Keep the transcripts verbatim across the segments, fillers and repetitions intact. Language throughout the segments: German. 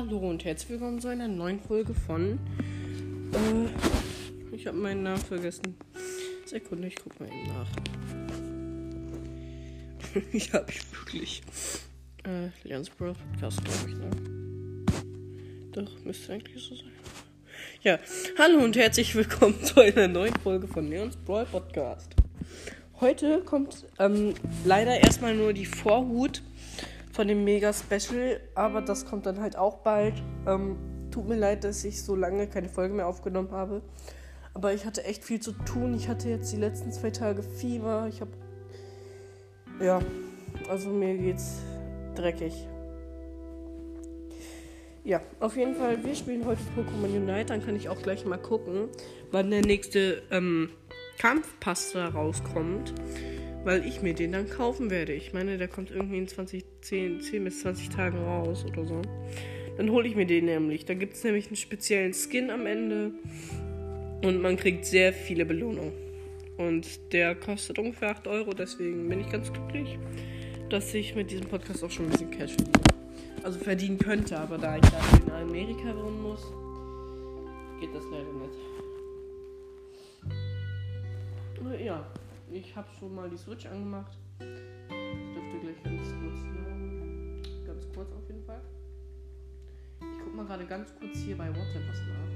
Hallo und herzlich willkommen zu einer neuen Folge von. Äh, ich habe meinen Namen vergessen. Sekunde, ich guck mal eben nach. Ich habe ich wirklich. Äh, Leons Brawl Podcast, glaube ich, ne? Doch, müsste eigentlich so sein. Ja, hallo und herzlich willkommen zu einer neuen Folge von Leons Brawl Podcast. Heute kommt ähm, leider erstmal nur die Vorhut von dem Mega-Special, aber das kommt dann halt auch bald. Ähm, tut mir leid, dass ich so lange keine Folge mehr aufgenommen habe, aber ich hatte echt viel zu tun. Ich hatte jetzt die letzten zwei Tage Fieber. Ich habe, ja, also mir geht's dreckig. Ja, auf jeden Fall, wir spielen heute Pokémon Unite. Dann kann ich auch gleich mal gucken, wann der nächste ähm, Kampfpass da rauskommt, weil ich mir den dann kaufen werde. Ich meine, der kommt irgendwie in zwanzig, zehn, zehn bis zwanzig Tagen raus oder so. Dann hole ich mir den nämlich. Da gibt es nämlich einen speziellen Skin am Ende und man kriegt sehr viele Belohnungen. Und der kostet ungefähr acht Euro, deswegen bin ich ganz glücklich, dass ich mit diesem Podcast auch schon ein bisschen Cash verdiene. Also verdienen könnte, aber da ich da in Amerika wohnen muss, geht das leider nicht. Ja, ich habe schon mal die Switch angemacht. Das dürfte gleich ganz kurz sein. Ganz kurz auf jeden Fall. Ich guck mal gerade ganz kurz hier bei WhatsApp was nach.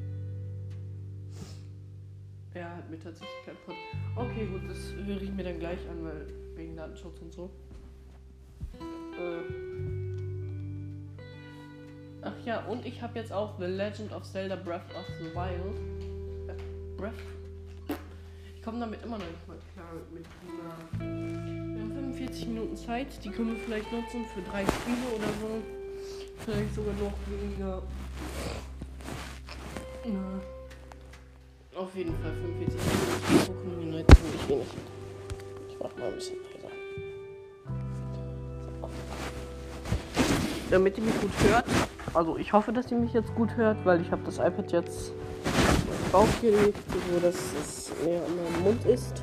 Er hat mir tatsächlich kein Pod. Okay, gut, das höre ich mir dann gleich an, weil wegen Datenschutz und so. Äh. Ach ja, und ich habe jetzt auch The Legend of Zelda Breath of the Wild. Äh, Breath. Ich komme damit immer noch nicht mal klar mit dieser. Wir haben fünfundvierzig Minuten Zeit, die können wir vielleicht nutzen für drei Spiele oder so. Vielleicht sogar noch weniger. Ja. Auf jeden Fall fünfundvierzig Minuten. Pokémon Unite ziemlich wenig. Ich mach mal ein bisschen leiser. So. Damit ihr mich gut hört. Also ich hoffe, dass ihr mich jetzt gut hört, weil ich habe das iPad jetzt draufgelegt, so dass es näher an meinem Mund ist.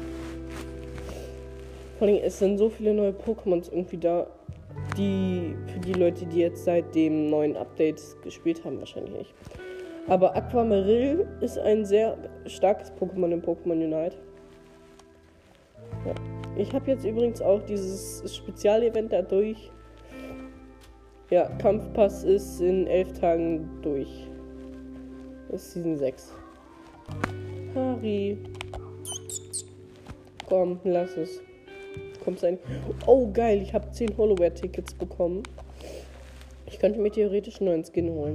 Vor allem, es sind so viele neue Pokémons irgendwie da, die für die Leute, die jetzt seit dem neuen Update gespielt haben, wahrscheinlich nicht. Aber Aquamaril ist ein sehr starkes Pokémon in Pokémon Unite. Ja. Ich habe jetzt übrigens auch dieses Spezialevent dadurch. Ja, Kampfpass ist in elf Tagen durch. Das ist Season sechs. Harry. Komm, lass es. Kommt's ein. Oh, geil, ich habe zehn Holoware-Tickets bekommen. Ich könnte mir theoretisch einen neuen Skin holen.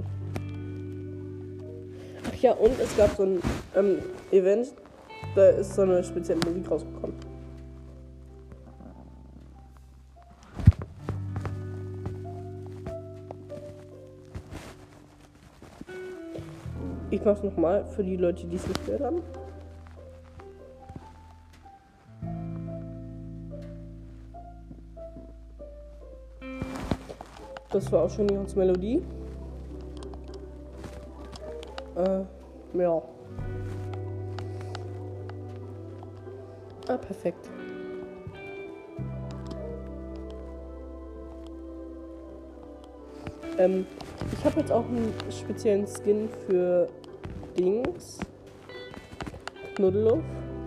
Ach ja, und es gab so ein ähm, Event, da ist so eine spezielle Musik rausgekommen. Ich mach's nochmal für die Leute, die es nicht gehört haben. Das war auch schon die ganze Melodie. Äh, ja. Ah, perfekt. Ähm, ich habe jetzt auch einen speziellen Skin für Dings. Knuddeluff.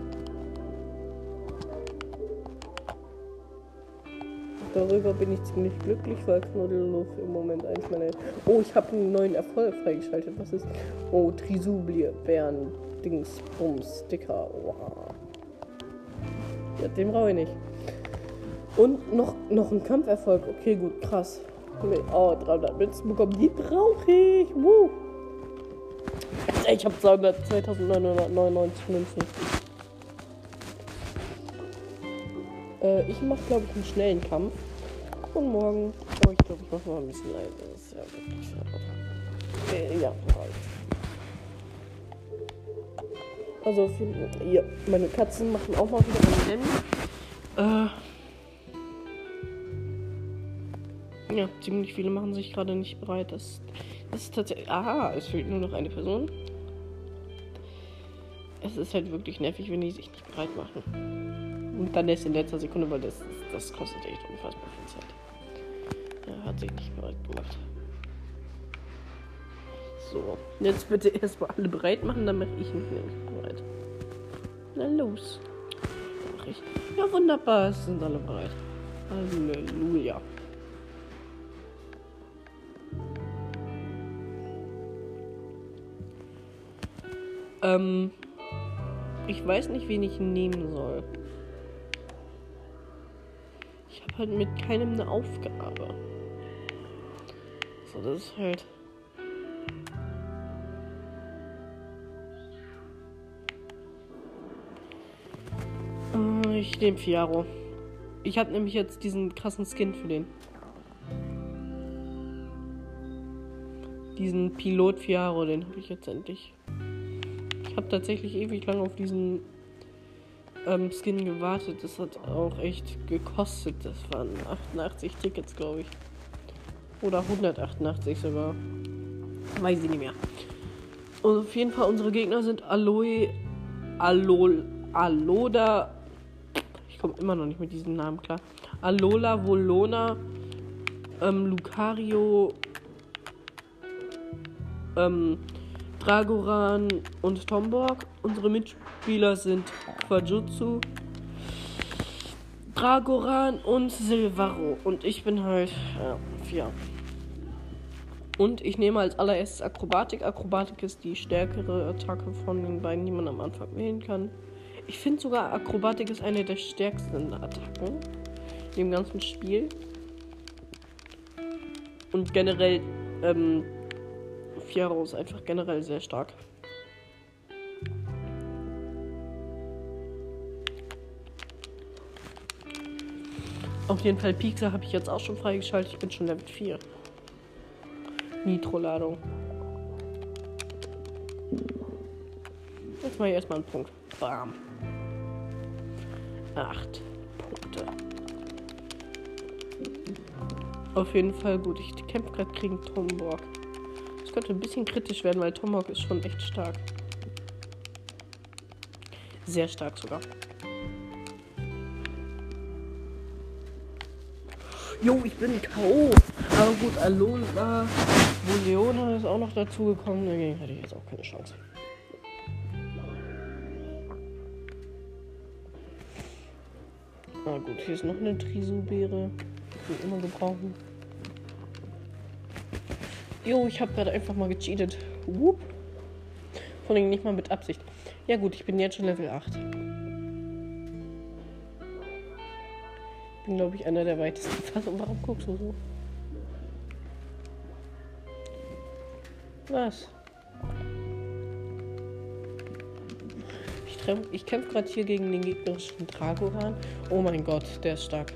Darüber bin ich ziemlich glücklich, weil Knuddeluff im Moment eins meiner... Oh, ich habe einen neuen Erfolg freigeschaltet. Was ist... Oh, Trisubli-Bären. Dings, Bums, Sticker. Oha. Ja, den brauche ich nicht. Und noch, noch ein Kampferfolg. Okay, gut, krass. Oh, dreihundert Münzen bekommen. Die brauche ich. Woo. Ich habe zweitausendneunhundertneunundneunzig Münzen. Äh, ich mache, glaube ich, einen schnellen Kampf. Und morgen. Oh, ich glaube, ich mache mal ein bisschen leiser. Das ist ja wirklich sehr. Äh, ja, halt. Also, für, ja, meine Katzen machen auch mal wieder ein Rennen. Äh. Ja, ziemlich viele machen sich gerade nicht bereit. Das, das ist tatsächlich. Aha, es fehlt nur noch eine Person. Es ist halt wirklich nervig, wenn die sich nicht bereit machen. Und dann erst in letzter Sekunde, weil das, das kostet echt unfassbar viel Zeit. Er hat sich nicht bereit gemacht. So, jetzt bitte erstmal alle bereit machen, dann mache ich mich nämlich bereit. Na los. Mach ich. Ja, wunderbar, es sind alle bereit. Halleluja. Ähm, ich weiß nicht, wen ich nehmen soll. Ich habe halt mit keinem eine Aufgabe. So, das ist halt... Äh, ich nehme Fiaro. Ich habe nämlich jetzt diesen krassen Skin für den. Diesen Pilot Fiaro, den habe ich jetzt endlich. Ich habe tatsächlich ewig lang auf diesen ähm, Skin gewartet. Das hat auch echt gekostet. Das waren achtundachtzig Tickets, glaube ich. Oder hundertachtundachtzig sogar. Weiß ich nicht mehr. Und auf jeden Fall, unsere Gegner sind Aloe, Alol, Aloda. Ich komme immer noch nicht mit diesem Namen klar. Alola, Volona, ähm, Lucario, ähm, Dragoran und Tomborg. Unsere Mitspieler sind Quajutsu, Dragoran und Silvaro. Und ich bin halt, ja, vier. Und ich nehme als allererstes Akrobatik. Akrobatik ist die stärkere Attacke von den beiden, die man am Anfang wählen kann. Ich finde sogar, Akrobatik ist eine der stärksten Attacken im ganzen Spiel. Und generell, ähm, Fiaro ist einfach generell sehr stark. Auf jeden Fall Pixar habe ich jetzt auch schon freigeschaltet. Ich bin schon Level vier. Nitro-Ladung. Jetzt mache ich erstmal einen Punkt. Bam. Acht Punkte. Auf jeden Fall gut. Ich kämpfe gerade gegen Tomborg. Das könnte ein bisschen kritisch werden, weil Tomborg ist schon echt stark. Sehr stark sogar. Jo, ich bin K O Aber gut, Alola, Leona ist auch noch dazu gekommen. Dagegen hätte ich jetzt auch keine Chance. Ah gut, hier ist noch eine Trisou-Beere. Die wir immer gebrauchen. Jo, ich habe gerade einfach mal gecheatet. Whoop. Vor allem nicht mal mit Absicht. Ja gut, ich bin jetzt schon Level acht. Bin, glaube ich, einer der weitesten. Warum guckst du so? Was? Ich, ich kämpfe gerade hier gegen den gegnerischen Dragoran. Oh mein Gott, der ist stark.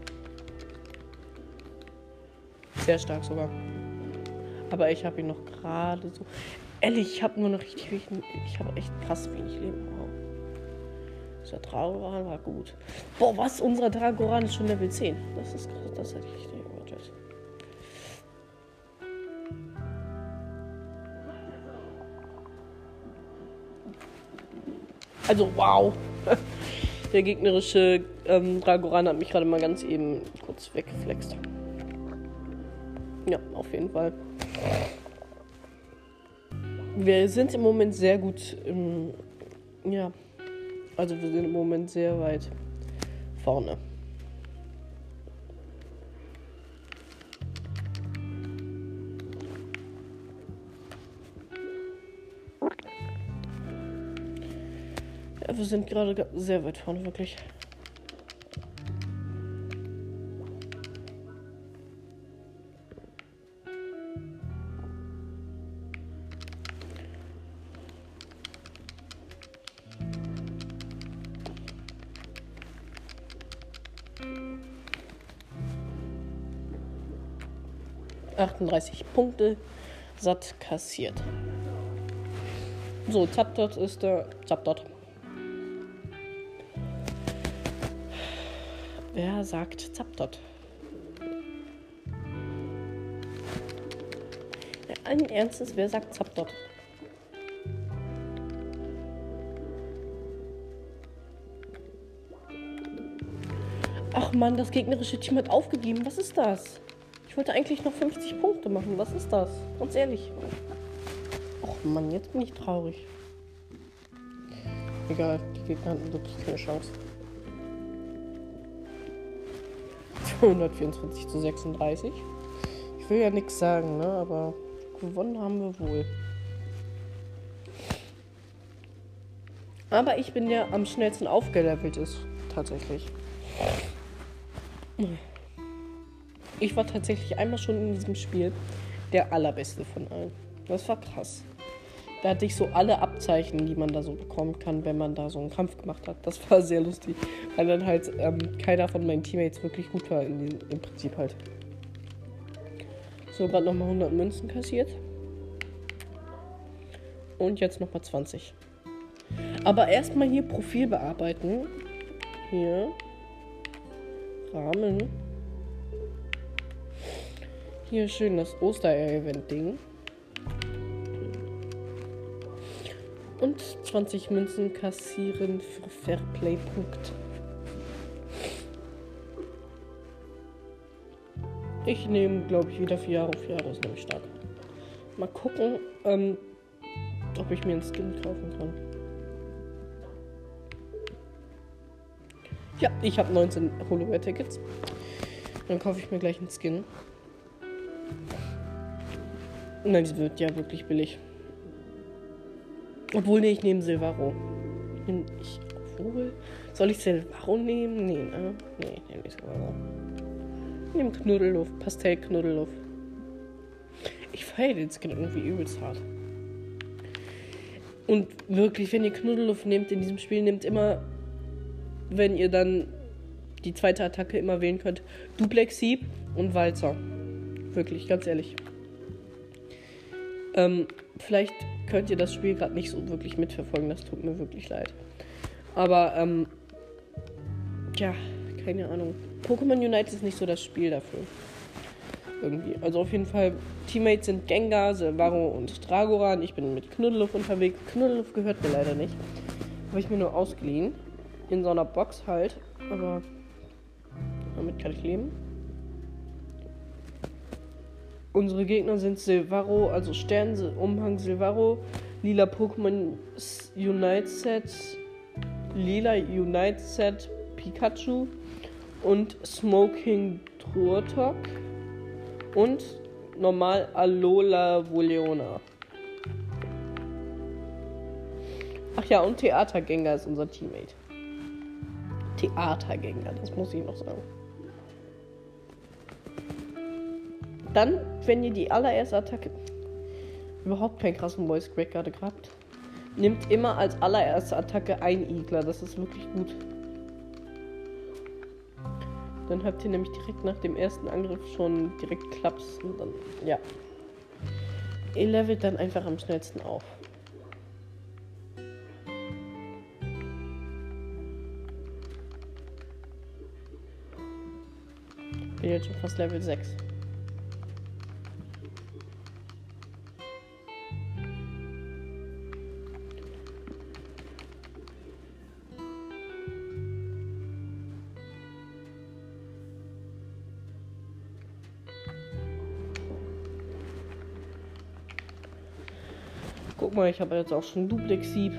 Sehr stark sogar. Aber ich habe ihn noch gerade so... Ehrlich, ich habe nur noch richtig wenig... Ich habe echt krass wenig Leben. Wow. Der Dragoran war gut. Boah, was? Unser Dragoran ist schon Level zehn. Das ist krass. Das hätte ich nicht erwartet. Also, wow. Der gegnerische ähm, Dragoran hat mich gerade mal ganz eben kurz weggeflext. Ja, auf jeden Fall. Wir sind im Moment sehr gut im... Ja. Also wir sind im Moment sehr weit vorne. Ja, wir sind gerade sehr weit vorne, wirklich. achtunddreißig Punkte satt kassiert. So, Zapdot ist der Zapdot. Wer sagt Zapdot? Ja, allen Ernstes, wer sagt Zapdot? Ach man, das gegnerische Team hat aufgegeben. Was ist das? Ich wollte eigentlich noch fünfzig Punkte machen. Was ist das? Ganz ehrlich. Och Mann, jetzt bin ich traurig. Egal, die Gegner hatten wirklich keine Chance. hundertvierundzwanzig zu sechsunddreißig. Ich will ja nichts sagen, ne? Aber gewonnen haben wir wohl. Aber ich bin der am schnellsten aufgelevelt ist, tatsächlich. Ich war tatsächlich einmal schon in diesem Spiel der allerbeste von allen. Das war krass. Da hatte ich so alle Abzeichen, die man da so bekommen kann, wenn man da so einen Kampf gemacht hat. Das war sehr lustig, weil dann halt ähm, keiner von meinen Teammates wirklich gut war, in den, im Prinzip halt. So, gerade nochmal hundert Münzen kassiert. Und jetzt nochmal zwanzig. Aber erstmal hier Profil bearbeiten. Hier. Rahmen. Hier schön das Oster-Event-Ding. Und zwanzig Münzen kassieren für Fairplay-Punkt. Ich nehme, glaube ich, wieder vier Jahre auf Jahre. Das ist nämlich stark. Mal gucken, ähm, ob ich mir einen Skin kaufen kann. Ja, ich habe neunzehn Holoware-Tickets. Dann kaufe ich mir gleich einen Skin. Nein, die wird ja wirklich billig. Obwohl, nee, ich nehme Silvaro. Ich, obwohl, soll ich Silvaro nehmen? Nee, ne? Nee, ich nehme nicht Silvaro. Ich nehme Knuddelluft, Pastell-Knuddelluft. Ich feiere den Skin irgendwie übelst hart. Und wirklich, wenn ihr Knuddelluft nehmt in diesem Spiel, nehmt immer, wenn ihr dann die zweite Attacke immer wählen könnt, Duplex Sieb und Walzer. Wirklich, ganz ehrlich. Ähm, vielleicht könnt ihr das Spiel gerade nicht so wirklich mitverfolgen, das tut mir wirklich leid. Aber, ähm, ja, keine Ahnung. Pokémon Unite ist nicht so das Spiel dafür. Irgendwie. Also auf jeden Fall, Teammates sind Gengar, Silvaro und Dragoran. Ich bin mit Knuddelluft unterwegs. Knuddelluft gehört mir leider nicht. Habe ich mir nur ausgeliehen. In so einer Box halt. Aber damit kann ich leben. Unsere Gegner sind Silvaro, also Sternumhang Silvaro, lila Pokémon Unite Set, lila Unite Set Pikachu und Smoking Turtok und normal Alola Voleona. Ach ja, und Theatergänger ist unser Teammate. Theatergänger, das muss ich noch sagen. Dann, wenn ihr die allererste Attacke, überhaupt keinen krassen Voice Crack gerade gehabt, nimmt immer als allererste Attacke ein Igler, das ist wirklich gut. Dann habt ihr nämlich direkt nach dem ersten Angriff schon direkt Klaps und dann, ja. Ihr levelt dann einfach am schnellsten auf. Ich bin jetzt schon fast Level sechs. Guck mal, ich habe jetzt auch schon Duplex Sieb.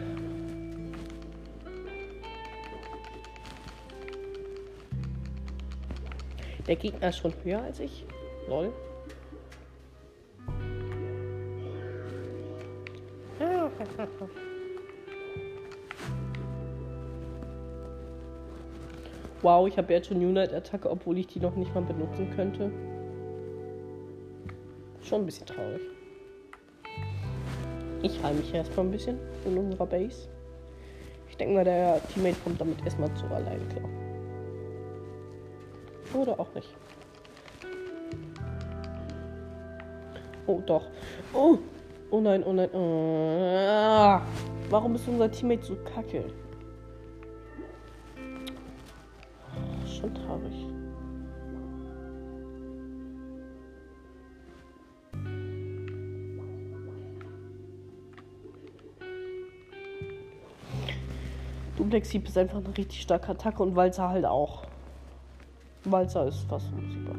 Der Gegner ist schon höher als ich. Lol. Wow, ich habe jetzt schon Unite-Attacke, obwohl ich die noch nicht mal benutzen könnte. Schon ein bisschen traurig. Ich heile mich erstmal ein bisschen in unserer Base. Ich denke mal, der Teammate kommt damit erstmal zu alleine klar. Oder auch nicht. Oh, doch. Oh! Oh nein, oh nein. Oh. Warum ist unser Teammate so kacke? Oh, schon traurig. Duplex Sieb ist einfach eine richtig starke Attacke und Walzer halt auch. Walzer ist fast unbesiegbar.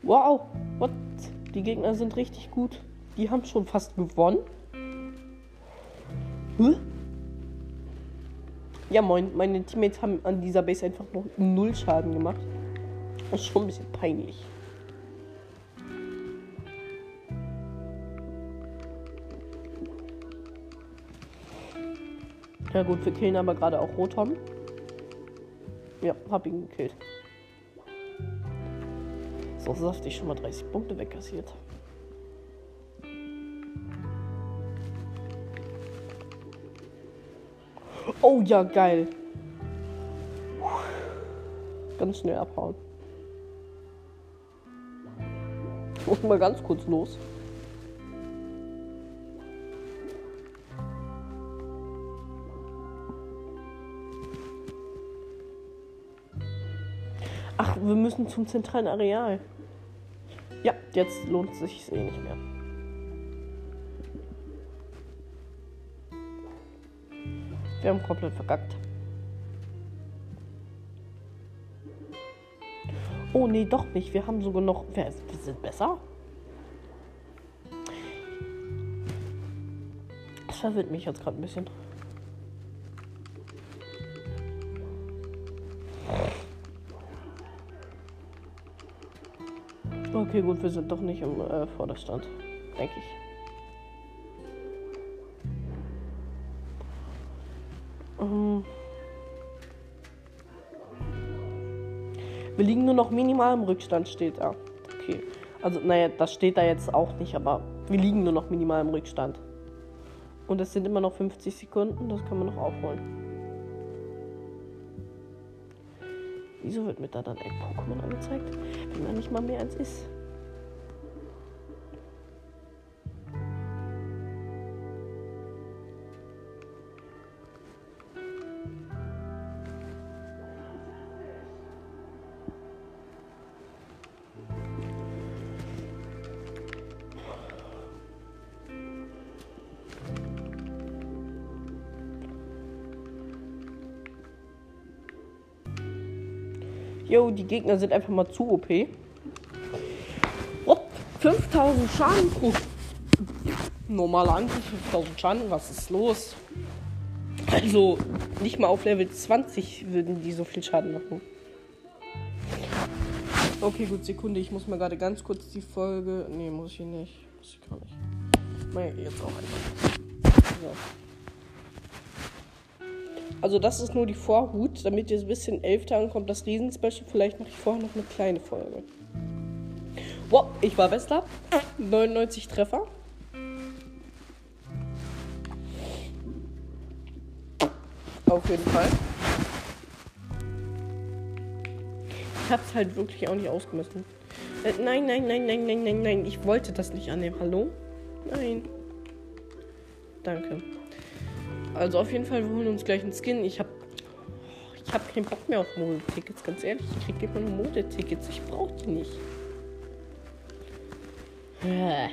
Wow, what? Die Gegner sind richtig gut. Die haben schon fast gewonnen. Huh? Ja, moin. Meine Teammates haben an dieser Base einfach noch null Schaden gemacht. Das ist schon ein bisschen peinlich. Ja gut, wir killen aber gerade auch Rotom. Ja, hab ihn gekillt. So saftig schon mal dreißig Punkte wegkassiert. Oh ja, geil. Ganz schnell abhauen. Ich muss mal ganz kurz los. Ach, wir müssen zum zentralen Areal. Ja, jetzt lohnt es sich eh nicht mehr. Wir haben komplett verkackt. Oh nee, doch nicht. Wir haben sogar noch... Wir sind besser? Das verwirrt mich jetzt gerade ein bisschen. Okay, gut, wir sind doch nicht im äh, Vorderstand, denke ich. Ähm wir liegen nur noch minimal im Rückstand, steht da. Okay, also naja, das steht da jetzt auch nicht, aber wir liegen nur noch minimal im Rückstand. Und es sind immer noch fünfzig Sekunden, das kann man noch aufholen. Wieso wird mir da dann ein Pokémon angezeigt, wenn da nicht mal mehr eins ist? Jo, die Gegner sind einfach mal zu O P. Oh, fünftausend Schaden pro normaler Angriff, fünftausend Schaden, was ist los? Also, nicht mal auf Level zwanzig würden die so viel Schaden machen. Okay, gut, Sekunde, ich muss mal gerade ganz kurz die Folge... Nee, muss ich nicht. Muss ich gar nicht. Mal jetzt auch einfach. So. Also das ist nur die Vorhut, damit ihr so ein bisschen elf Tagen kommt das Riesenspecial. Vielleicht mache ich vorher noch eine kleine Folge. Wow, ich war Bester. neunundneunzig Treffer. Auf jeden Fall. Ich hab's halt wirklich auch nicht ausgemessen. Äh, nein, nein, nein, nein, nein, nein, nein. Ich wollte das nicht annehmen. Hallo? Nein. Danke. Also auf jeden Fall, wir holen uns gleich einen Skin. Ich hab, ich hab keinen Bock mehr auf Modetickets, ganz ehrlich. Ich krieg immer nur Modetickets. Ich brauch die nicht. Äh.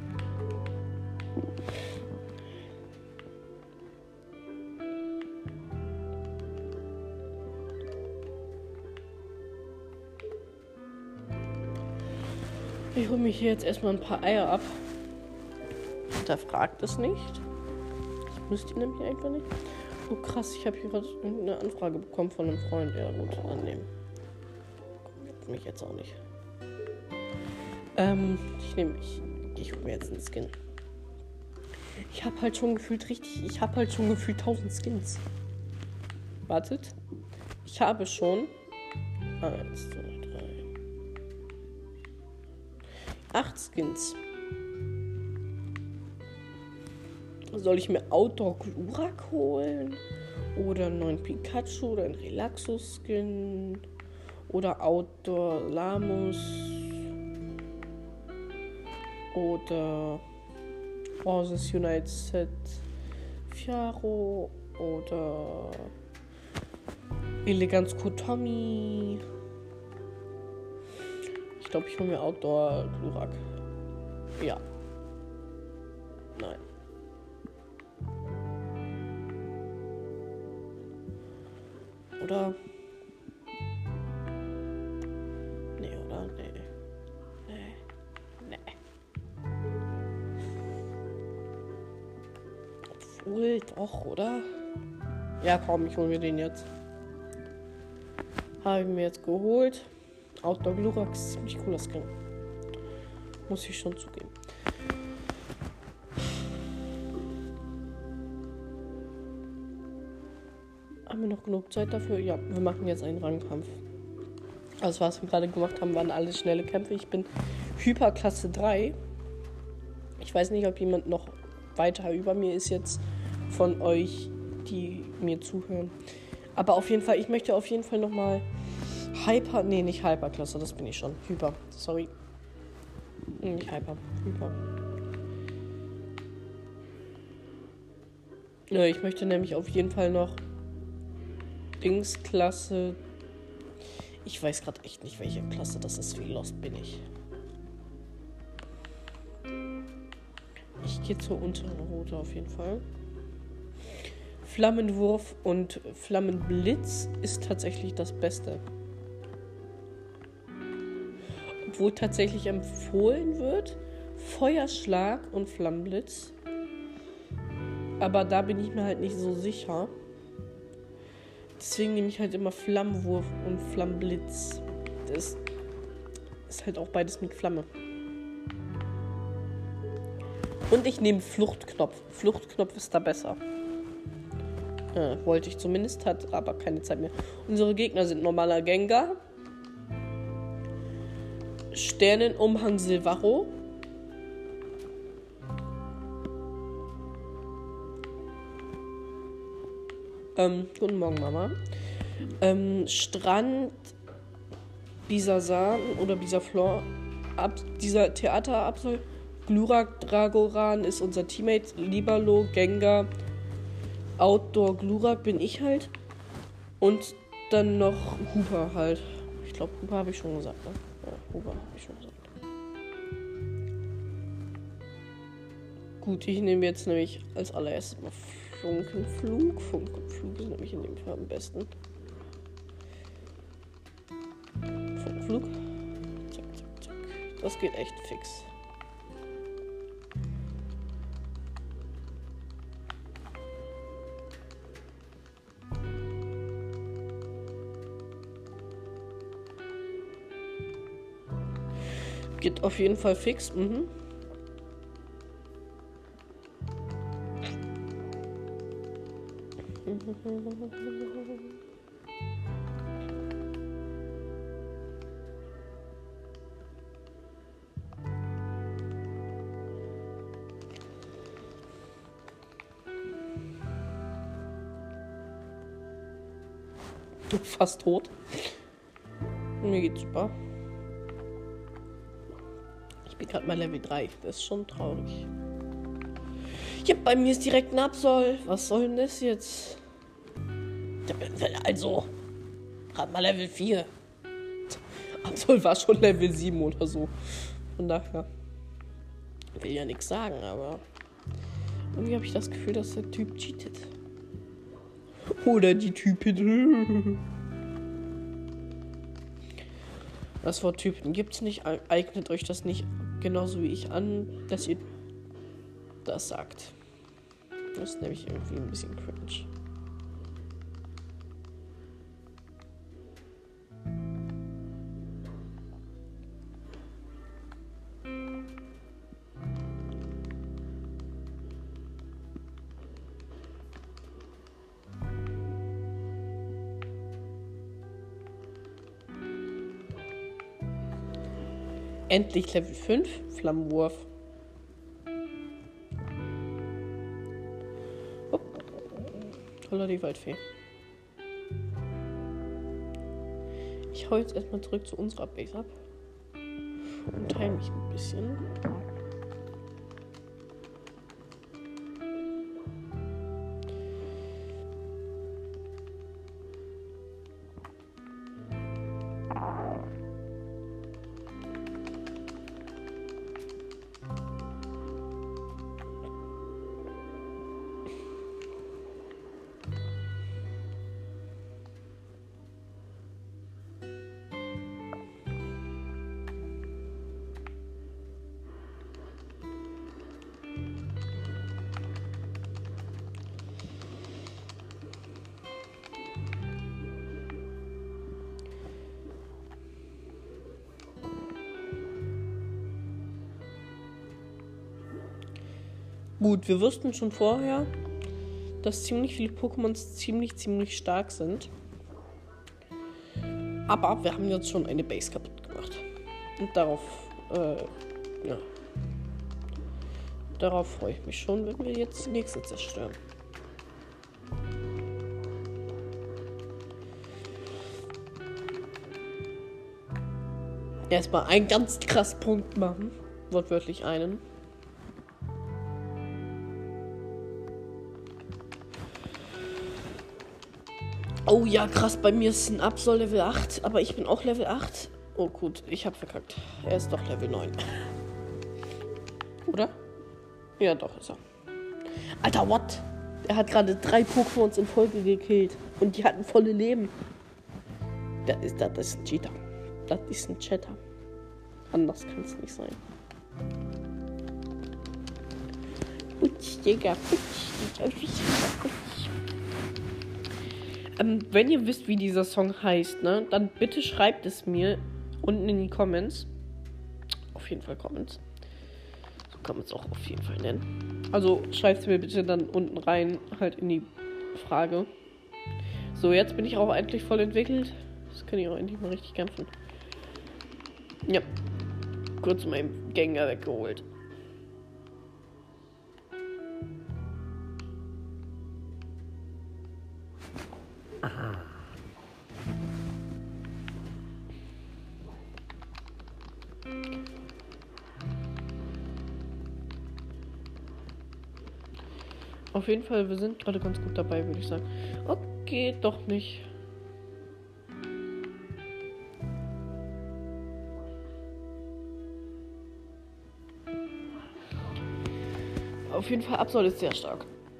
Ich hole mich hier jetzt erstmal ein paar Eier ab. Da fragt es nicht. Ich müsste ihn nämlich einfach nicht. Oh krass, ich habe hier gerade eine Anfrage bekommen von einem Freund. Ja gut, annehmen. Juckt mich jetzt auch nicht. Ähm, ich nehme ich, ich hole mir jetzt einen Skin. Ich habe halt schon gefühlt richtig, ich habe halt schon gefühlt tausend Skins. Wartet. Ich habe schon eins, zwei, drei, acht Skins. Soll ich mir Outdoor Glurak holen? Oder einen neuen Pikachu oder einen Relaxo-Skin? Oder Outdoor Lamus? Oder Horses United Set Fiaro? Oder Eleganz Kotomi? Ich glaube, ich hole mir Outdoor Glurak. Ja. Nein. Oder? Nee, oder? Nee. Nee. Wohl doch, oder? Ja, komm, ich hole mir den jetzt. Habe ich mir jetzt geholt. Outdoor Glurak ist ziemlich cooler Skin. Muss ich schon zugeben. Haben wir noch genug Zeit dafür? Ja, wir machen jetzt einen Rangkampf. Also was wir gerade gemacht haben, waren alles schnelle Kämpfe. Ich bin Hyperklasse drei. Ich weiß nicht, ob jemand noch weiter über mir ist jetzt von euch, die mir zuhören. Aber auf jeden Fall, ich möchte auf jeden Fall nochmal Hyper, nee, nicht Hyperklasse, das bin ich schon. Hyper, sorry. Nicht Hyper, Hyper. Ja, ich möchte nämlich auf jeden Fall noch Dingsklasse. Ich weiß gerade echt nicht, welche Klasse das ist. Wie lost bin ich? Ich gehe zur unteren Route auf jeden Fall. Flammenwurf und Flammenblitz ist tatsächlich das Beste. Obwohl tatsächlich empfohlen wird Feuerschlag und Flammenblitz. Aber da bin ich mir halt nicht so sicher. Deswegen nehme ich halt immer Flammenwurf und Flammenblitz. Das ist halt auch beides mit Flamme. Und ich nehme Fluchtknopf. Fluchtknopf ist da besser. Äh, wollte ich zumindest, hat aber keine Zeit mehr. Unsere Gegner sind normaler Gengar, Sternenumhang Silvaro, ähm, guten Morgen Mama, ähm, Strand Bisasam oder Bisaflor, ab, dieser Theaterabsoll, Glurak Dragoran ist unser Teammate, Libalo, Gengar, Outdoor Glurak bin ich halt. Und dann noch Hooper halt. Ich glaube, Hooper habe ich schon gesagt, ne? Ja, Hooper habe ich schon gesagt. Gut, ich nehme jetzt nämlich als allererstes mal Funkenflug. Funkenflug ist nämlich in dem Fall am besten. Funkenflug. Zack, zack, zack. Das geht echt fix. Geht auf jeden Fall fix. Mhm. Fast tot. Mir geht's super. Ich bin gerade mal Level drei. Das ist schon traurig. Ja, bei mir ist direkt ein Absol. Was soll denn das jetzt? Also, gerade mal Level vier. Absol war schon Level sieben oder so. Von daher will ja nichts sagen, aber irgendwie habe ich das Gefühl, dass der Typ cheatet. Oder die Typin. Das Wort Typen gibt's nicht. Eignet euch das nicht genauso wie ich an, dass ihr das sagt. Das ist nämlich irgendwie ein bisschen cringe. Endlich Level fünf, Flammenwurf. Oh. Holla die Waldfee. Ich hau jetzt erstmal zurück zu unserer Base ab. Und teile mich ein bisschen. Gut, wir wussten schon vorher, dass ziemlich viele Pokémons ziemlich, ziemlich stark sind. Aber wir haben jetzt schon eine Base kaputt gemacht. Und darauf, äh, ja. Darauf freue ich mich schon, wenn wir jetzt die nächste zerstören. Erstmal einen ganz krass Punkt machen. Wortwörtlich einen. Oh ja, krass, bei mir ist ein Absol Level acht, aber ich bin auch Level acht. Oh gut, ich hab verkackt. Er ist doch Level neun. Oder? Ja, doch ist er. Alter, what? Er hat gerade drei Pokémons in Folge gekillt. Und die hatten volle Leben. Das ist, das ist ein Cheater. Das ist ein Chatter. Anders kann es nicht sein. Putsch, Digga, putsch. Putsch. Ähm, wenn ihr wisst, wie dieser Song heißt, ne, dann bitte schreibt es mir unten in die Comments. Auf jeden Fall Comments. So kann man es auch auf jeden Fall nennen. Also schreibt es mir bitte dann unten rein, halt in die Frage. So, jetzt bin ich auch endlich voll entwickelt. Jetzt kann ich auch endlich mal richtig kämpfen. Ja. Kurz meinen Gänger weggeholt. Aha. Auf jeden Fall, wir sind gerade ganz gut dabei, würde ich sagen. Okay, doch nicht. Auf jeden Fall, Absol ist sehr stark.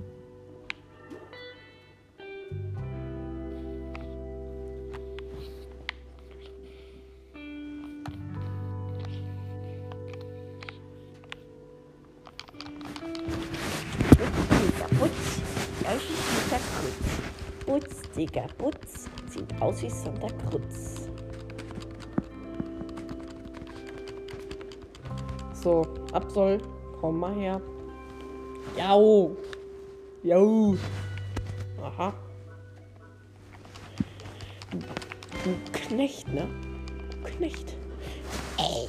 Putz, aus wie Santa Cruz. Putz, Digga, Putz, sieht aus wie Santa Cruz. So, Absol, komm mal her. Jau. Jau. Aha. Du Knecht, ne? Du Knecht. Ey.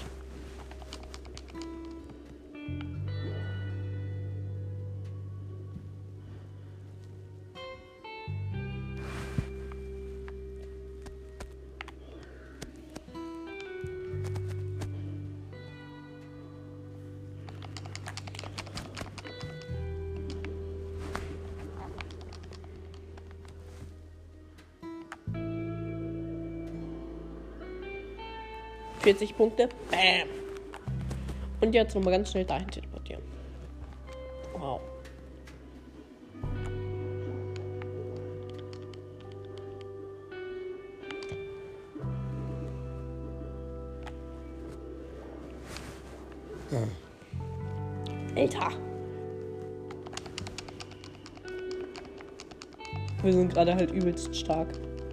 vierzig Punkte. Bam. Und jetzt nochmal ganz schnell dahin teleportieren. Wow. Hm. Alter. Wir sind gerade halt übelst stark.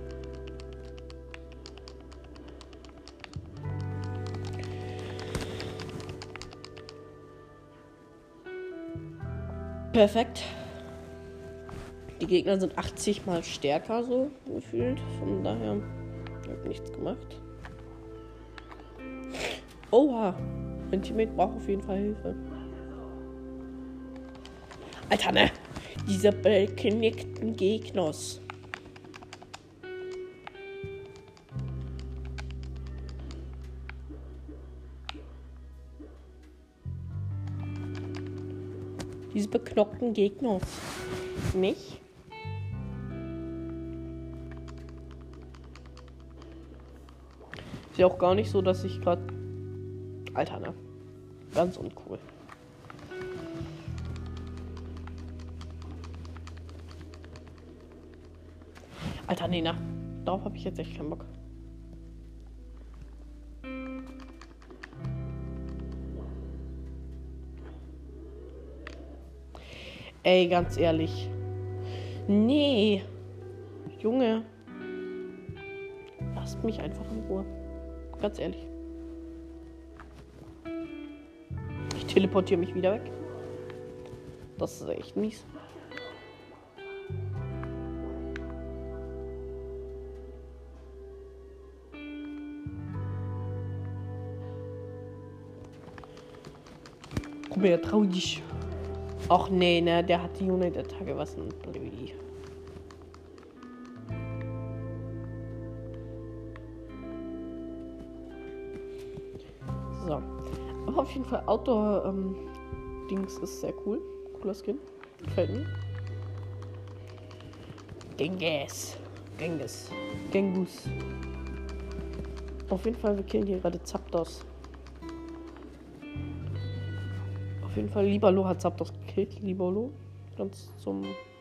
Perfekt. Die Gegner sind achtzig mal stärker, so gefühlt. Von daher habe nichts gemacht. Oha. Mein Teammate braucht auf jeden Fall Hilfe. Alter, ne? Diese beknickten Gegners. Diese beknockten Gegner. Nicht? Ist ja auch gar nicht so, dass ich gerade... Alter, ne? Ganz uncool. Alter, nee, na. Darauf habe ich jetzt echt keinen Bock. Ey, ganz ehrlich. Nee. Junge. Lasst mich einfach in Ruhe. Ganz ehrlich. Ich teleportiere mich wieder weg. Das ist echt mies. Komm her, trau dich. Ach nee, ne, der hat die United-Attacke, was ein Blödi. So. Aber auf jeden Fall Outdoor-Dings ähm, ist sehr cool. Cooler Skin. Gefällt mir. Genghis. Genghis. Genghis. Auf jeden Fall, wir killen hier gerade Zapdos. Auf jeden Fall, Libalo hat Zapdos gekillt. Libalo. Ganz zum...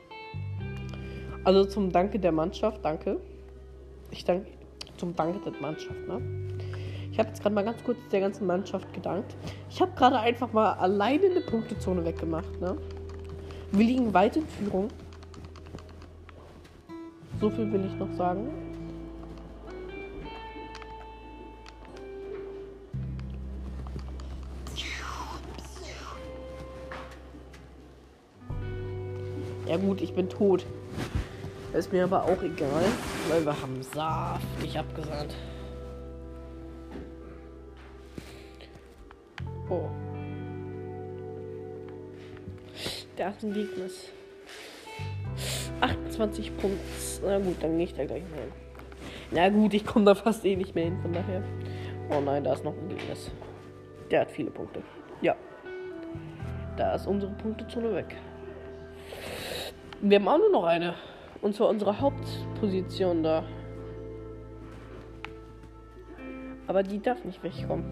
Also zum Danke der Mannschaft. Danke. Ich danke... Zum Danke der Mannschaft, ne? Ich habe jetzt gerade mal ganz kurz der ganzen Mannschaft gedankt. Ich habe gerade einfach mal alleine eine Punktezone weggemacht, ne? Wir liegen weit in Führung. So viel will ich noch sagen. Ja gut, ich bin tot. Ist mir aber auch egal, weil wir haben saftig abgesandt. Oh. Da ist ein Gegner. achtundzwanzig Punkte. Na gut, dann gehe ich da gleich mal hin. Na gut, ich komme da fast eh nicht mehr hin, von daher. Oh nein, da ist noch ein Gegner. Der hat viele Punkte. Ja. Da ist unsere Punktezone weg. Wir haben auch nur noch eine. Und zwar unsere Hauptposition da. Aber die darf nicht wegkommen.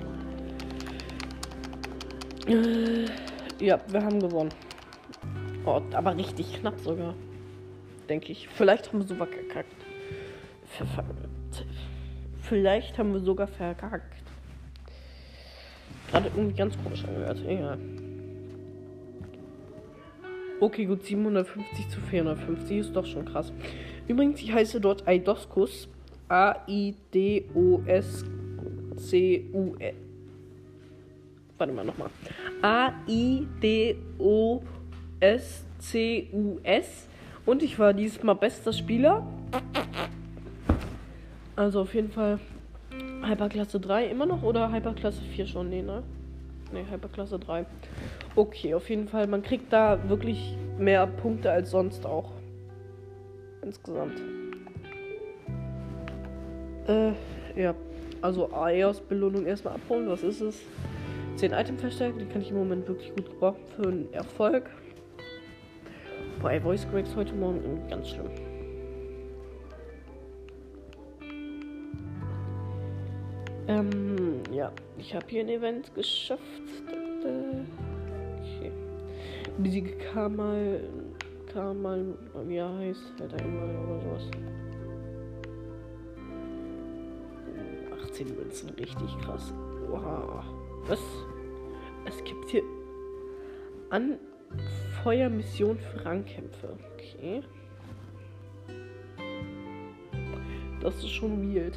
Äh, ja, wir haben gewonnen. Oh, aber richtig knapp sogar. Denke ich. Vielleicht haben wir sogar verkackt. Ver ver Vielleicht haben wir sogar verkackt. Gerade irgendwie ganz komisch angehört. Egal. Okay, gut, siebenhundertfünfzig zu vierhundertfünfzig ist doch schon krass. Übrigens, ich heiße dort Aidoskus. A I D O S C U S. Warte mal, nochmal. A I D O S C U S. Und ich war dieses Mal bester Spieler. Also auf jeden Fall Hyperklasse drei immer noch oder Hyperklasse vier schon? Nee, ne? Ne, Hyperklasse drei. Okay, auf jeden Fall. Man kriegt da wirklich mehr Punkte als sonst auch. Insgesamt. Äh, ja. Also A E O-Belohnung erstmal abholen. Was ist es? zehn Item verstärken. Die kann ich im Moment wirklich gut gebrauchen für einen Erfolg. Bei Voice Cracks heute Morgen ganz schlimm. Ähm, ja. Ich habe hier ein Event geschafft. Okay. Besiege Kamal. Kamal, wie er heißt, halt einmal oder sowas. achtzehn Münzen, richtig krass. Wow. Was? Es gibt hier Anfeuermission für Rangkämpfe. Okay. Das ist schon weird.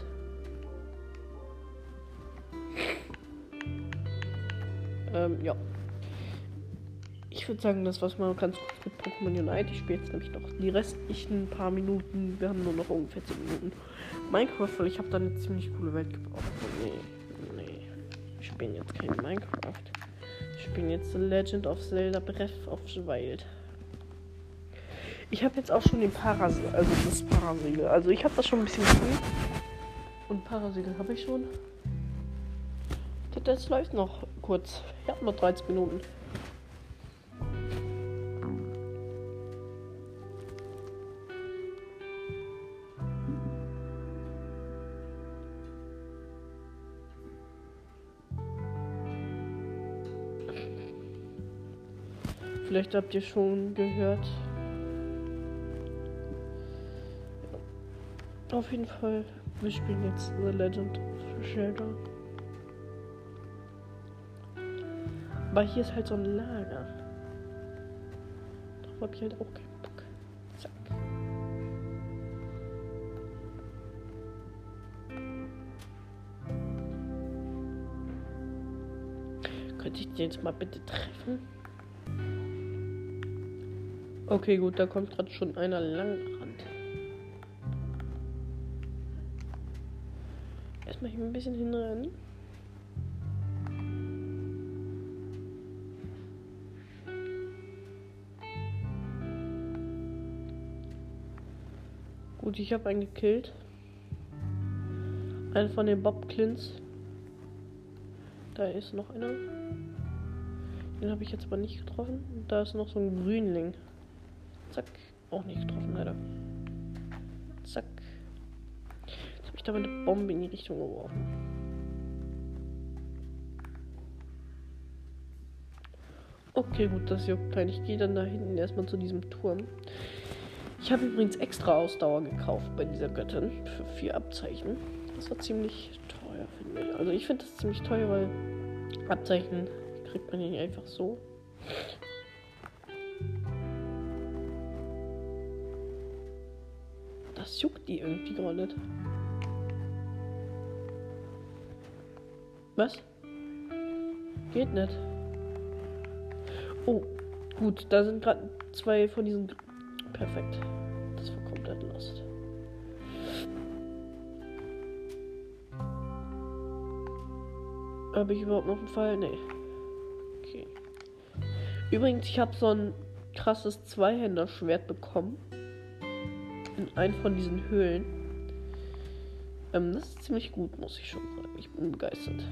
Ähm, ja. Ich würde sagen, das war's mal ganz kurz mit Pokémon Unite. Ich spiele jetzt nämlich noch die restlichen paar Minuten. Wir haben nur noch ungefähr zehn Minuten. Minecraft, weil ich habe da eine ziemlich coole Welt gebaut. Nee, nee. Ich spiele jetzt kein Minecraft. Ich spiele jetzt The Legend of Zelda Breath of the Wild. Ich habe jetzt auch schon den Parasegel, also das Parasegel. Also ich habe das schon ein bisschen gespielt. Und Parasegel habe ich schon. Das läuft noch kurz. Ich habe noch dreizehn Minuten. Vielleicht habt ihr schon gehört. Auf jeden Fall, wir spielen jetzt The Legend of Zelda. Aber hier ist halt so ein Lager. Darauf hab ich halt auch keinen Bock. Zack. Könnte ich den jetzt mal bitte treffen? Okay, gut, da kommt gerade schon einer lang gerannt. Erstmal hier ein bisschen hinrennen. Gut, ich habe einen gekillt. Einen von den Bob-Clins. Da ist noch einer. Den habe ich jetzt aber nicht getroffen. Und da ist noch so ein Grünling. Zack. Auch nicht getroffen, leider. Zack. Jetzt habe ich da mal eine Bombe in die Richtung geworfen. Okay, gut, das juckt keinen. Ich gehe dann da hinten erstmal zu diesem Turm. Ich habe übrigens extra Ausdauer gekauft bei dieser Göttin für vier Abzeichen. Das war ziemlich teuer, finde ich. Also ich finde das ziemlich teuer, weil Abzeichen kriegt man ja nicht einfach so. Das juckt die irgendwie gerade nicht. Was? Geht nicht. Oh, gut, da sind gerade zwei von diesen... Perfekt. Das war komplett lost. Habe ich überhaupt noch einen Fall? Nee. Okay. Übrigens, ich habe so ein krasses Zweihänder-Schwert bekommen. In einen von diesen Höhlen. Ähm, das ist ziemlich gut, muss ich schon sagen. Ich bin begeistert.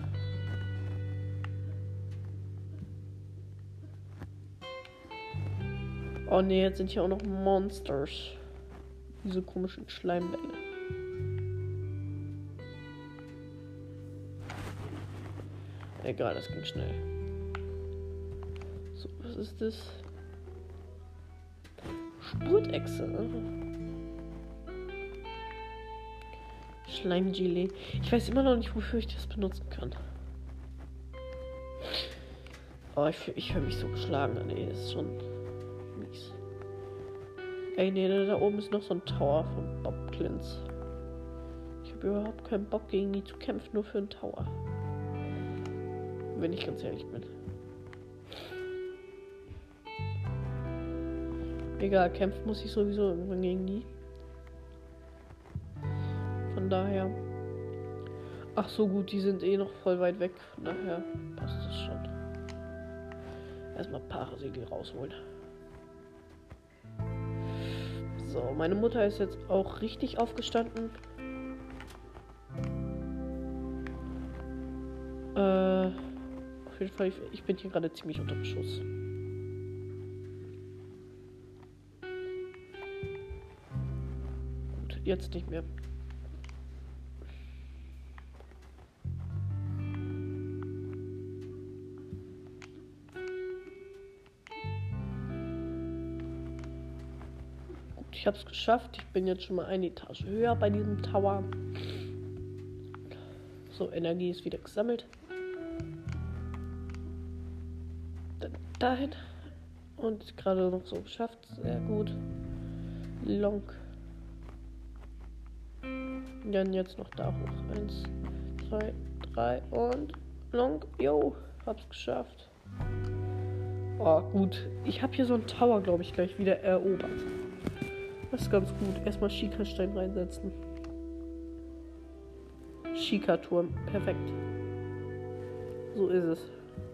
Oh ne, jetzt sind hier auch noch Monsters. Diese komischen Schleimbälle. Egal, das ging schnell. So, was ist das? Spurtechse. Schleimgelee. Ich weiß immer noch nicht, wofür ich das benutzen kann. Oh, ich, ich höre mich so geschlagen an. Nee, das ist schon mies. Ey, nee, da oben ist noch so ein Tower von Bob Clins. Ich habe überhaupt keinen Bock, gegen die zu kämpfen, nur für einen Tower. Wenn ich ganz ehrlich bin. Egal, kämpfen muss ich sowieso irgendwann gegen die. Von daher. Ach so, gut, die sind eh noch voll weit weg. Von daher passt das schon. Erstmal Parasegel rausholen. So, meine Mutter ist jetzt auch richtig aufgestanden. Äh, auf jeden Fall, ich, ich bin hier gerade ziemlich unter Beschuss. Gut, jetzt nicht mehr. Ich habe es geschafft. Ich bin jetzt schon mal eine Etage höher bei diesem Tower. So, Energie ist wieder gesammelt. Dann dahin. Und gerade noch so geschafft. Sehr gut. Long. Dann jetzt noch da hoch. Eins, zwei, drei und Long. Jo, hab's geschafft. Oh, gut. Ich habe hier so einen Tower, glaube ich, gleich wieder erobert. Das ist ganz gut. Erstmal Schika-Stein reinsetzen. Schika-Turm. Perfekt. So ist es.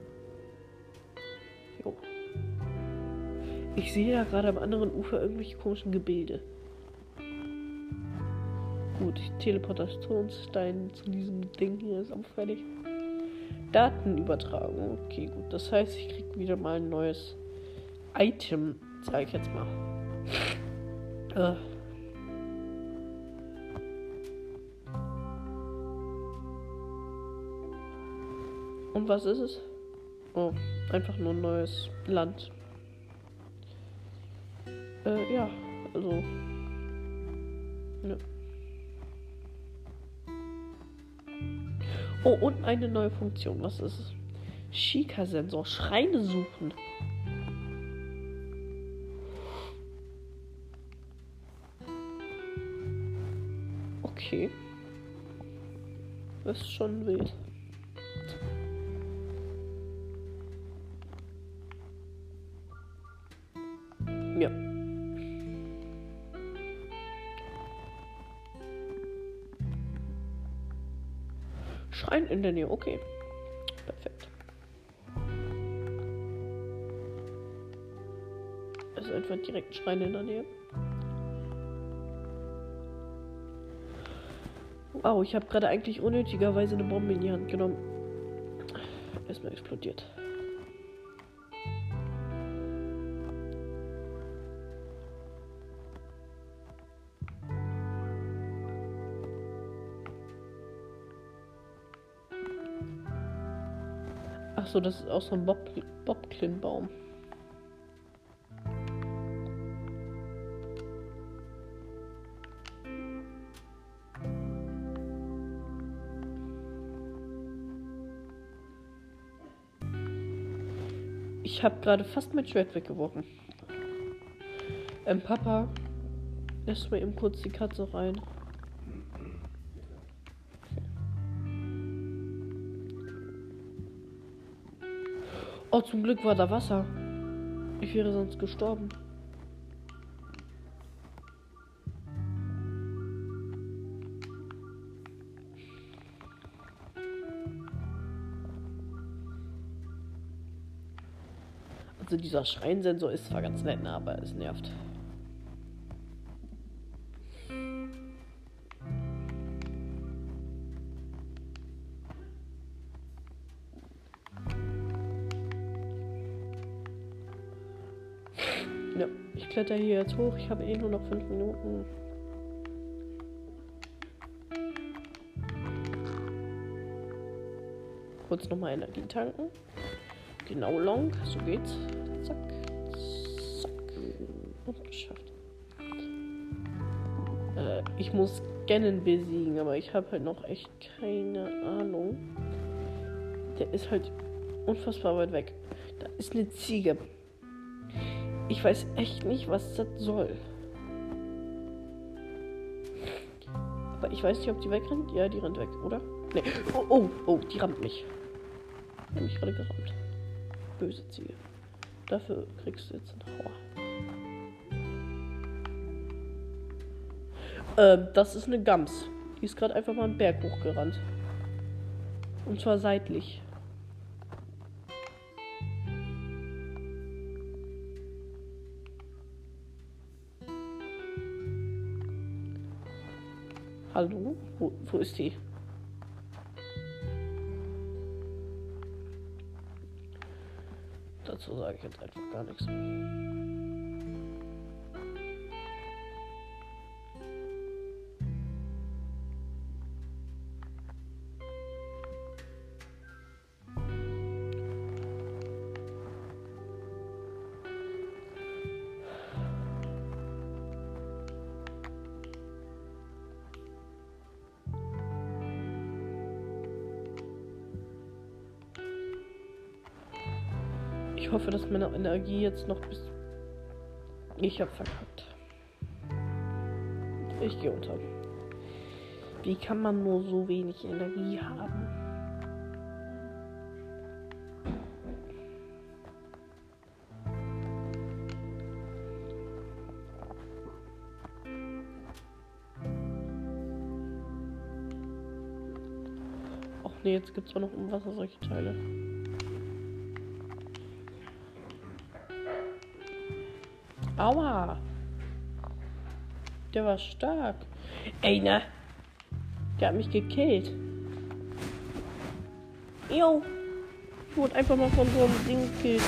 Jo. Ich sehe ja gerade am anderen Ufer irgendwelche komischen Gebilde. Gut, Teleportationsstein zu diesem Ding hier ist auch fertig. Datenübertragung. Okay, gut. Das heißt, ich krieg wieder mal ein neues Item, sage ich jetzt mal. Äh. Und was ist es? Oh, einfach nur ein neues Land. Äh, ja, also. Ja. Oh, und eine neue Funktion. Was ist es? Schika-Sensor. Schreine suchen. Okay. Das ist schon wild. Ja. Schrein in der Nähe, okay. Perfekt. Also einfach direkt ein Schrein in der Nähe. Wow, ich habe gerade eigentlich unnötigerweise eine Bombe in die Hand genommen. Erstmal explodiert. Ach so, das ist auch so ein Bob Bob-Klin-Baum. Ich habe gerade fast mein Schwert weggeworfen. Ähm, Papa, lässt mir eben kurz die Katze rein. Oh, zum Glück war da Wasser. Ich wäre sonst gestorben. Also dieser Schreinsensor ist zwar ganz nett, aber es nervt. Ja, ich kletter hier jetzt hoch. Ich habe eh nur noch fünf Minuten. Kurz nochmal Energie tanken. Genau long, so geht's. Zack, zack. Und geschafft. Äh, ich muss Ganon besiegen, aber ich habe halt noch echt keine Ahnung. Der ist halt unfassbar weit weg. Da ist eine Ziege. Ich weiß echt nicht, was das soll. Aber ich weiß nicht, ob die wegrennt. Ja, die rennt weg, oder? Nee. Oh, oh, oh, die rammt mich. Die hat mich gerade gerammt. Böse Ziege. Dafür kriegst du jetzt einen Hauer. Ähm, das ist eine Gams. Die ist gerade einfach mal einen Berg hochgerannt. Und zwar seitlich. Hallo? Wo, wo ist die? Dazu sage ich jetzt einfach gar nichts. Ich hoffe, dass meine Energie jetzt noch bis... Ich hab verkackt. Ich gehe unter. Wie kann man nur so wenig Energie haben? Ach nee, jetzt gibt es auch noch im Wasser solche Teile. Aua! Der war stark. Ey, ne? Der hat mich gekillt. Jo. Ich wurde einfach mal von so einem Ding gekillt.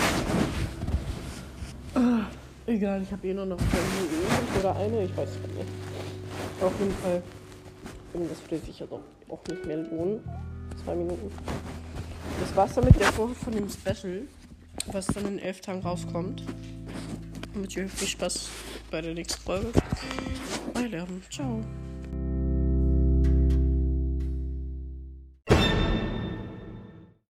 Ah, egal, ich habe eh nur noch zwei Minuten oder eine, ich weiß es nicht. Auf jeden Fall. Das würde sich ja doch auch nicht mehr lohnen. Zwei Minuten. Das war's dann mit der Folge von dem Special, was dann in elf Tagen rauskommt. Und mit dir viel Spaß bei der nächsten Folge. Bye, Lernen. Ciao.